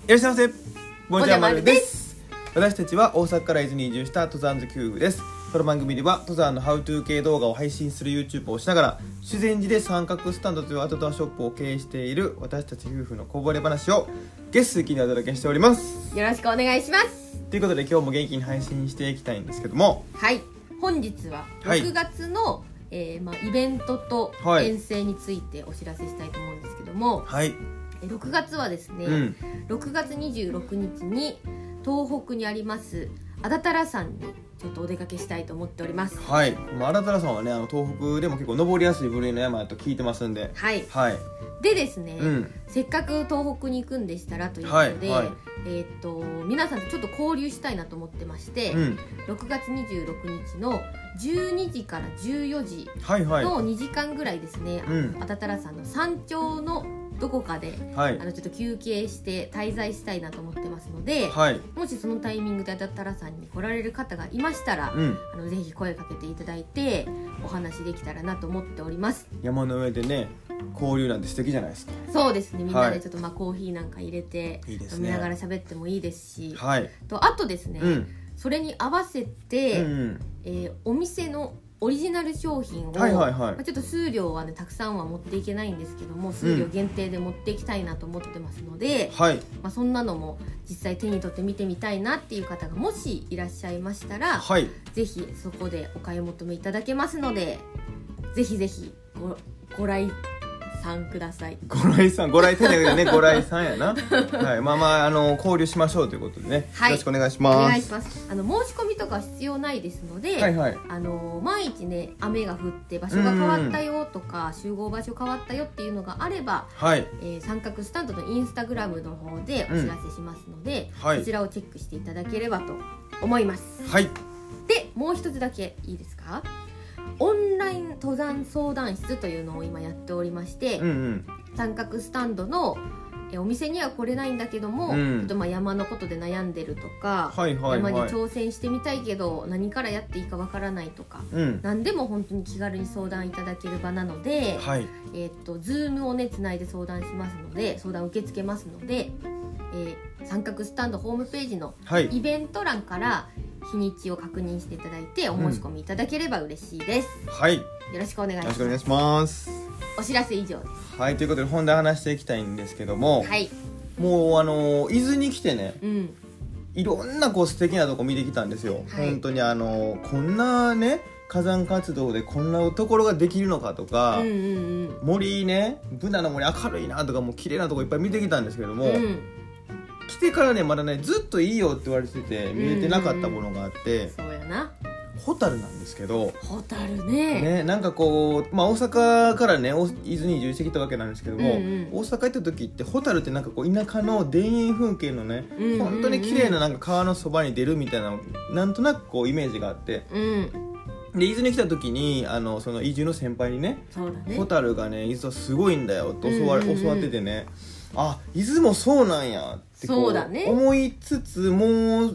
いらっしゃいませ。ボンジャーマルです。私たちは大阪から伊豆に移住した登山好き夫婦です。この番組では登山のハウトゥー系動画を配信する YouTube をしながら、修善寺で三角スタンドというアウトドアショップを経営している私たち夫婦のこぼれ話をゲスト的にお届けしております。 よろしくお願いします。 ということで今日も元気に配信していきたいんですけども、 はい、本日は6月の、イベントと遠征についてお知らせしたいと思うんですけども、 はい、 6月はですね、6月26日に東北にあります安達太良山にちょっとお出かけしたいと思っております。 はい、安達太良山はね、東北でも結構登りやすい部類の山だと聞いてますんで、 はい、はい、でですね、せっかく東北に行くんでしたらということで、皆さんとちょっと交流したいなと思ってまして、6月26日の12時から14時の2時間ぐらいですね、安達太良山の山頂のどこかで、ちょっと休憩して滞在したいなと思ってますので、もしそのタイミングで安達太良山に来られる方がいましたら、ぜひ声かけていただいてお話できたらなと思っております。 山の上でね、交流なんて素敵じゃないですか。 そうですね、みんなでちょっとコーヒーなんか入れて、飲みながら喋ってもいいですし、あとですね、それに合わせて、お店のオリジナル商品を、ちょっと数量はねたくさんは持っていけないんですけども、数量限定で持っていきたいなと思ってますので、そんなのも実際手に取って見てみたいなっていう方がもしいらっしゃいましたら、ぜひそこでお買い求めいただけますので、ぜひぜひご来ください。 ご来さん、ご来店だけどね、ご来さんやな。はい、交流しましょうということでね、よろしくお願いします。 お願いします。申し込みとか必要ないですので、万一ね雨が降って場所が変わったよとか、集合場所変わったよっていうのがあれば、三角スタンドのインスタグラムの方でお知らせしますので、そちらをチェックしていただければと思います。で、もう一つだけいいですか？オンライン登山相談室というのを今やっておりまして、三角スタンドのお店には来れないんだけども、ちょっと山のことで悩んでるとか、山に挑戦してみたいけど何からやっていいかわからないとか、何でも本当に気軽に相談いただける場なので、Zoom をねつないで相談しますので、相談受け付けますので、三角スタンドホームページのイベント欄から日にちを確認していただいてお申し込みいただければ嬉しいです。よろしくお願いします。 よろしくお願いします。 お知らせ以上です。 ということで本題話していきたいんですけども、もう伊豆に来てね、いろんな素敵なとこ見てきたんですよ。本当にこんなね火山活動でこんなところができるのかとか、森ね、ブナの森明るいなとか、もう綺麗なとこいっぱい見てきたんですけども、来てからねまだねずっといいよって言われてて見れてなかったものがあって、 そうやな、 ホタルなんですけど、 ホタルね、 なんか大阪からね伊豆に移住してきたわけなんですけども、大阪行った時ってホタルってなんか田舎の田園風景のね、本当に綺麗ななんか川のそばに出るみたいな、なんとなくイメージがあって、で伊豆に来た時にその移住の先輩にね、ホタルがね伊豆はすごいんだよって教わっててね、あ、伊豆もそうなんやって思いつつ、もう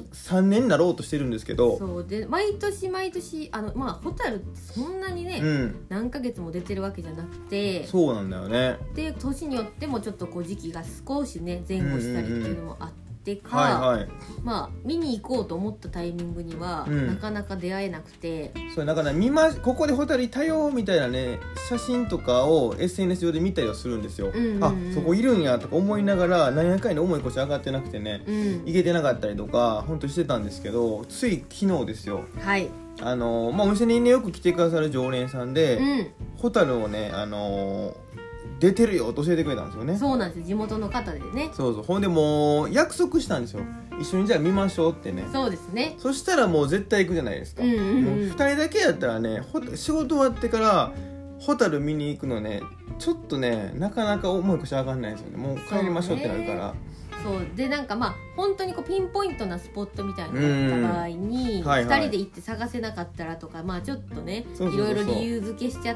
3年になろうとしてるんですけど、 そうで毎年ホタルってそんなにね、何ヶ月も出てるわけじゃなくて、 そうなんだよね。 で年によってもちょっと時期が少しね前後したりっていうのもあってか、見に行こうと思ったタイミングには、なかなか出会えなくて、 そうだからここでホタルいたよみたいなね写真とかを SNS 上で見たりはするんですよ。あ、そこいるんやとか思いながら、何やかんや重い腰上がってなくてね、行けてなかったりとか本当してたんですけど、つい昨日ですよ、お店にねよく来てくださる常連さんで、ホタルをね出てるよと教えてくれたんですよね。 そうなんですよ、地元の方でね。 ほんでもう約束したんですよ、一緒にじゃあ見ましょうってね。 そうですね。 そしたらもう絶対行くじゃないですか。もう2人だけやったらね、仕事終わってからホタル見に行くのね、ちょっとねなかなか重い腰上がんないですよね。もう帰りましょうってなるから。 そうで、なんか本当にピンポイントなスポットみたいなのがあった場合に、2人で行って探せなかったらとか、ちょっとねいろいろ理由付けしちゃって、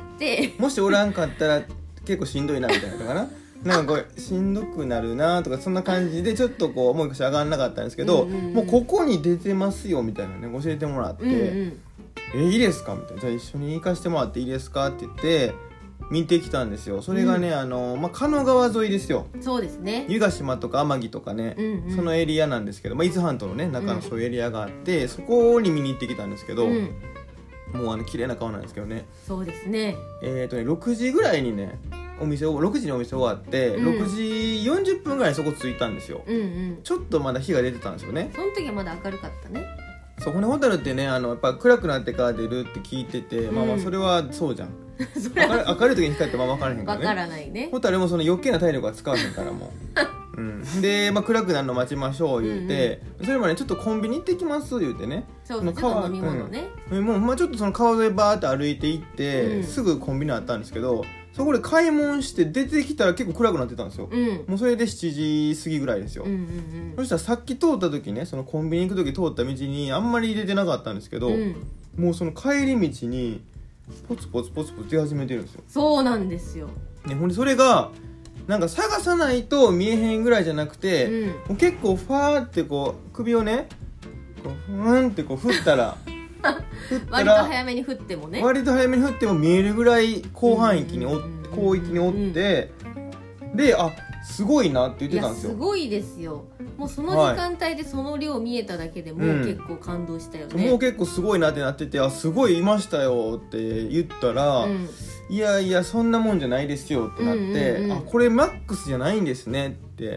もしおらんかったら結構しんどいなみたいなのかななんかしんどくなるなとか、そんな感じでちょっと重い腰上がんなかったんですけど、もうここに出てますよみたいなね教えてもらって、いいですかみたいな、じゃあ一緒に行かせてもらっていいですかって言って、 見てきたんですよ。それがね、狩野川沿いですよ。 そうですね。 湯ヶ島とか天城とかね、そのエリアなんですけど、伊豆半島のね中のそういうエリアがあって、そこに見に行ってきたんですけど、もう綺麗な川なんですけどね。 そうですね。 6時ぐらいにね6時にお店終わって、6時40分ぐらいにそこ着いたんですよ。ちょっとまだ日が出てたんですよね。 その時はまだ明るかったね。 そこね、ホタルってねやっぱ暗くなってから出るって聞いてて、まあそれはそうじゃん。明るい時に光って分からへんからね。 分からないね。 ホタルもその余計な体力は使わへんからもう、で、暗くなるの待ちましょう言うて、それまでちょっとコンビニ行ってきます言うてね。 そうそう、ちょっと飲み物ね。 もうちょっとその川沿いバーって歩いて行って、すぐコンビニあったんですけど、そこで買い物して出てきたら結構暗くなってたんですよ。もうそれで7時過ぎぐらいですよ。そしたらさっき通った時ね、そのコンビニ行く時通った道にあんまり出てなかったんですけど、もうその帰り道にポツポツポツポツ出始めてるんですよ。 そうなんですよ。 ほんでそれがなんか探さないと見えへんぐらいじゃなくて、もう結構ファーってこう首をねこうふーんってこう振ったら割と早めに振ってもね、 割と早めに振っても見えるぐらい広範域に広域におって、で、あ、すごいなって言ってたんですよ。 いやすごいですよ。もうその時間帯でその量見えただけでもう結構感動したよね。 もう結構すごいなってなってて、あ、すごいいましたよって言ったら、いやいやそんなもんじゃないですよってなって、あ、これマックスじゃないんですねって。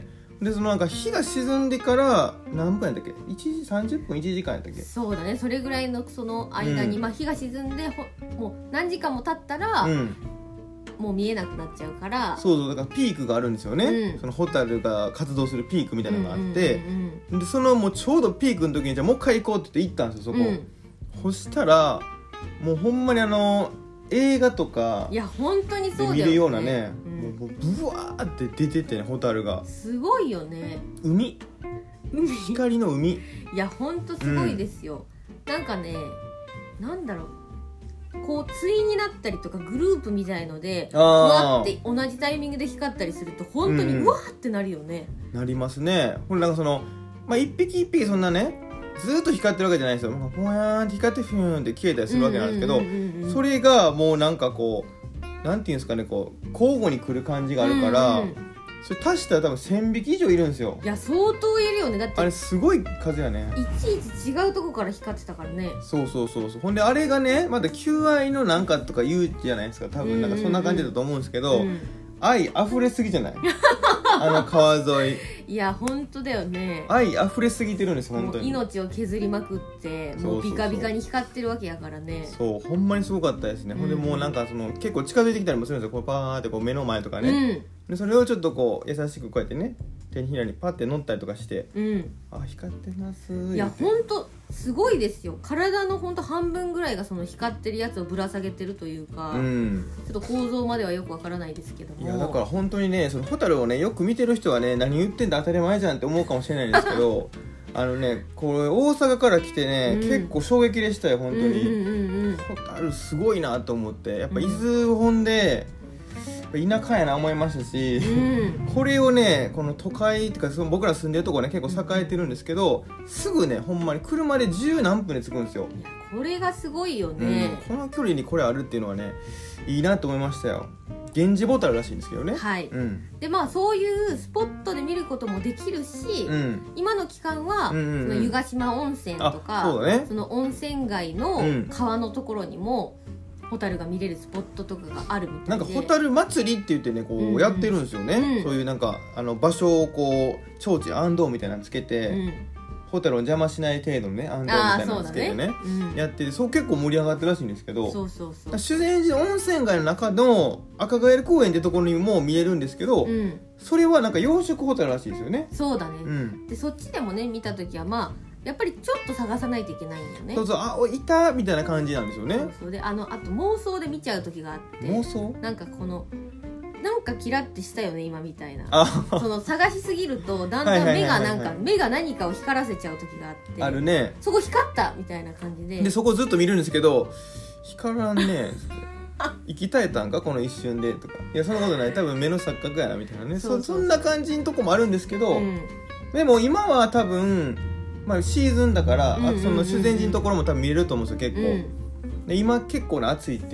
でそのなんか日が沈んでから何分やったっけ、1時30分1時間やったっけ。 そうだね、それぐらいのその間に、日が沈んでもう何時間も経ったら、もう見えなくなっちゃうから。 そうだからピークがあるんですよね、そのホタルが活動するピークみたいなのがあって、でそのもうちょうどピークの時にじゃあもう一回行こうって言って行ったんですよそこ、そしたらもうほんまに映画とかいや本当にそうだよね、 見るようなね、もうブワーって出ててね、ホタルがすごいよね。 海光の海、 いや本当すごいですよ、なんかね、なんだろう、こう対になったりとかグループみたいのでうわって同じタイミングで光ったりすると本当にうわーってなるよね、 なりますね。ほらなんかその、一匹一匹そんなねずっと光ってるわけじゃないですよ。ポヤーンって光ってフューンって消えたりするわけなんですけど、それがもうなんかこうなんていうんですかね、こう交互に来る感じがあるから、それ足したら多分1000匹以上いるんですよ。 いや相当いるよね。だってあれすごい数やね。 いちいち違うとこから光ってたからね。 そうほんであれがねまだ求愛のなんかとか言うじゃないですか、多分なんかそんな感じだと思うんですけど、愛溢れすぎじゃない川沿い。いや本当だよね、 愛溢れすぎてるんです本当に。 命を削りまくってもうビカビカに光ってるわけやからね。 そうほんまにすごかったですね、ほんでもうなんかその結構近づいてきたりもするんですよ、こうパーってこう目の前とかね、でそれをちょっとこう優しくこうやってね手にひらにパッて乗ったりとかして、あ光ってますー。 いやほんとすごいですよ。体のほんと半分ぐらいがその光ってるやつをぶら下げてるというか、ちょっと構造まではよくわからないですけども。 いやだから本当にね、そのホタルをねよく見てる人はね何言ってんだ当たり前じゃんって思うかもしれないんですけどこれ大阪から来てね、結構衝撃でしたよ本当に。ホタルすごいなと思って、やっぱ伊豆本で田舎やな思いましたし、これをねこの都会っていうかその僕ら住んでるとこね結構栄えてるんですけど、すぐねほんまに車で10何分で着くんですよ。 いやこれがすごいよね、 この距離にこれあるっていうのはねいいなと思いましたよ。源氏ボタルらしいんですけどね。 はい、でそういうスポットで見ることもできるし、今の期間は、その湯ヶ島温泉とか、その温泉街の川のところにも、ホタルが見れるスポットとかがあるみたいで、 なんかホタル祭りって言ってねこうやってるんですよね、そういうなんか場所をこう提灯暗道みたいなのつけて、ホタルを邪魔しない程度のね暗道みたいなのつけてねやってて、そう結構盛り上がってるらしいんですけど、修善寺温泉街の中の赤ガエル公園ってところにも見えるんですけど、それはなんか養殖ホタルらしいですよね。 そうだね、でそっちでもね見た時はやっぱりちょっと探さないといけないんだよね。 いたみたいな感じなんですよね。 であと妄想で見ちゃう時があって、 妄想なんかなんかキラってしたよね今みたいな、その探しすぎるとだんだん目が何かを光らせちゃう時があって、 あるね、 そこ光ったみたいな感じでそこずっと見るんですけど光らんね生き絶えたんかこの一瞬でとか、いやそんなことない、多分目の錯覚やなみたいなね、そんな感じのとこもあるんですけど、でも今は多分シーズンだから、その修善寺のところも多分見れると思うんですよ結構、で今結構暑いっていうね。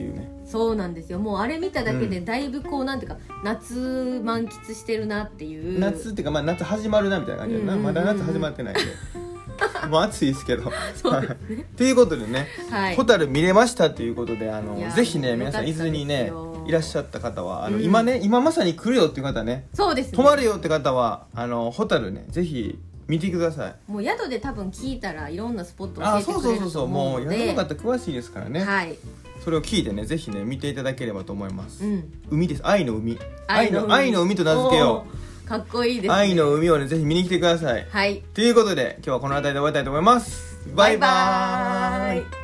そうなんですよ。もうあれ見ただけでだいぶこうなんていうか夏満喫してるなっていう、 夏っていうか、まあ、夏始まるなみたいな感じだな、まだ夏始まってないんでもう暑いですけどそうですねということでね、 はい、 ホタル見れましたということでぜひね皆さん伊豆にねいらっしゃった方は今まさに来るよっていう方ね、 そうですね、 泊まるよって方はホタルねぜひ見てください。 もう宿で多分聞いたらいろんなスポットを教えてくれると思うので、 もう宿の方詳しいですからね、 はい、 それを聞いてねぜひね見ていただければと思います、 うん、 海です。愛の海、愛の海と名付けよう。かっこいいですね。 愛の海をねぜひ見に来てください。 はい、 ということで今日はこの辺りで終わりたいと思います。バイバーイ。